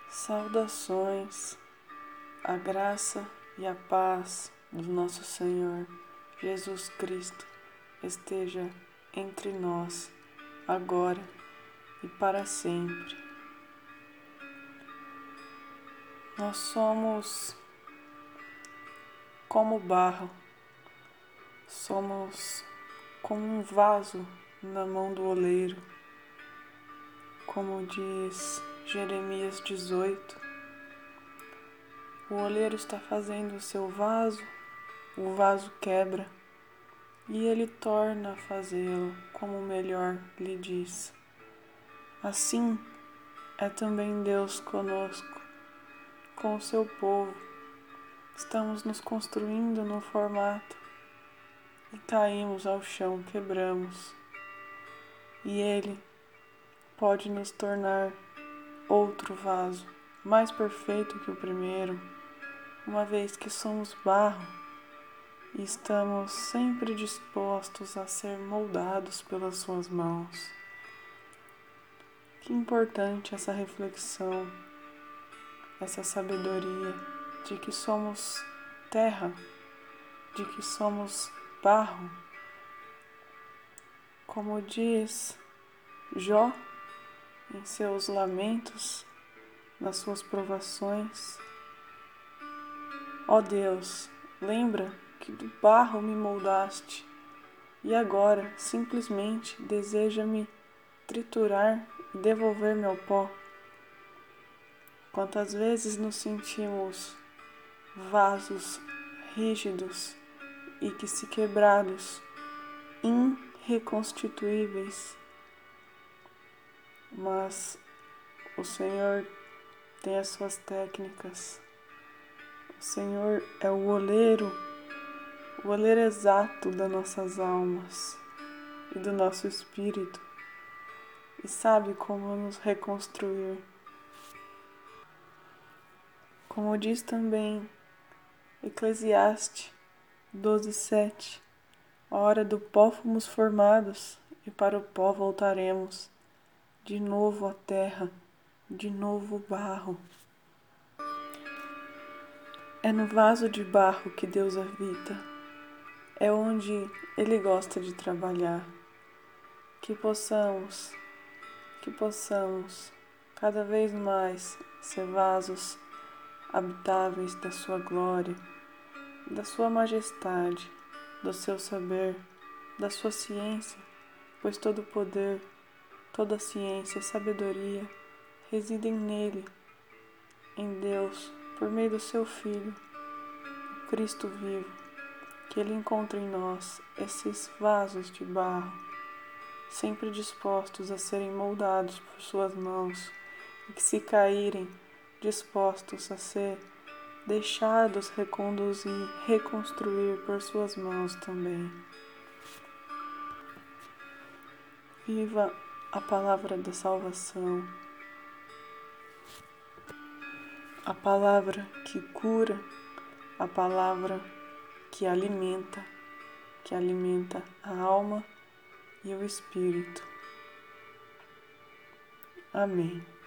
Saudações, a graça e a paz do nosso Senhor Jesus Cristo esteja entre nós, agora e para sempre. Nós somos como barro, somos como um vaso na mão do oleiro, como diz Jeremias 18. O oleiro está fazendo o seu vaso, o vaso quebra e ele torna a fazê-lo como melhor lhe diz. Assim é também Deus conosco, com o seu povo. Estamos nos construindo no formato e caímos ao chão, quebramos. E Ele pode nos tornar outro vaso, mais perfeito que o primeiro, uma vez que somos barro e estamos sempre dispostos a ser moldados pelas suas mãos. Que importante essa reflexão, essa sabedoria de que somos terra, de que somos barro. Como diz Jó em seus lamentos, nas suas provações: ó Deus, lembra que do barro me moldaste e agora simplesmente deseja-me triturar e devolver-me ao pó. Quantas vezes nos sentimos vasos rígidos e que, se quebrados, irreconstituíveis, mas o Senhor tem as suas técnicas. O Senhor é o oleiro exato das nossas almas e do nosso espírito e sabe como nos reconstruir. Como diz também Eclesiastes 12:7, a hora do pó fomos formados e para o pó voltaremos, de novo a terra, de novo o barro. É no vaso de barro que Deus habita, é onde Ele gosta de trabalhar. Que possamos cada vez mais ser vasos habitáveis da sua glória, da sua majestade, do seu saber, da sua ciência, pois todo o poder, toda a ciência e sabedoria residem nele, em Deus, por meio do seu Filho, o Cristo vivo. Que Ele encontre em nós esses vasos de barro, sempre dispostos a serem moldados por suas mãos, e que, se caírem, dispostos a ser deixados reconduzir, reconstruir por suas mãos também. Viva a palavra da salvação, a palavra que cura, a palavra que alimenta a alma e o espírito. Amém.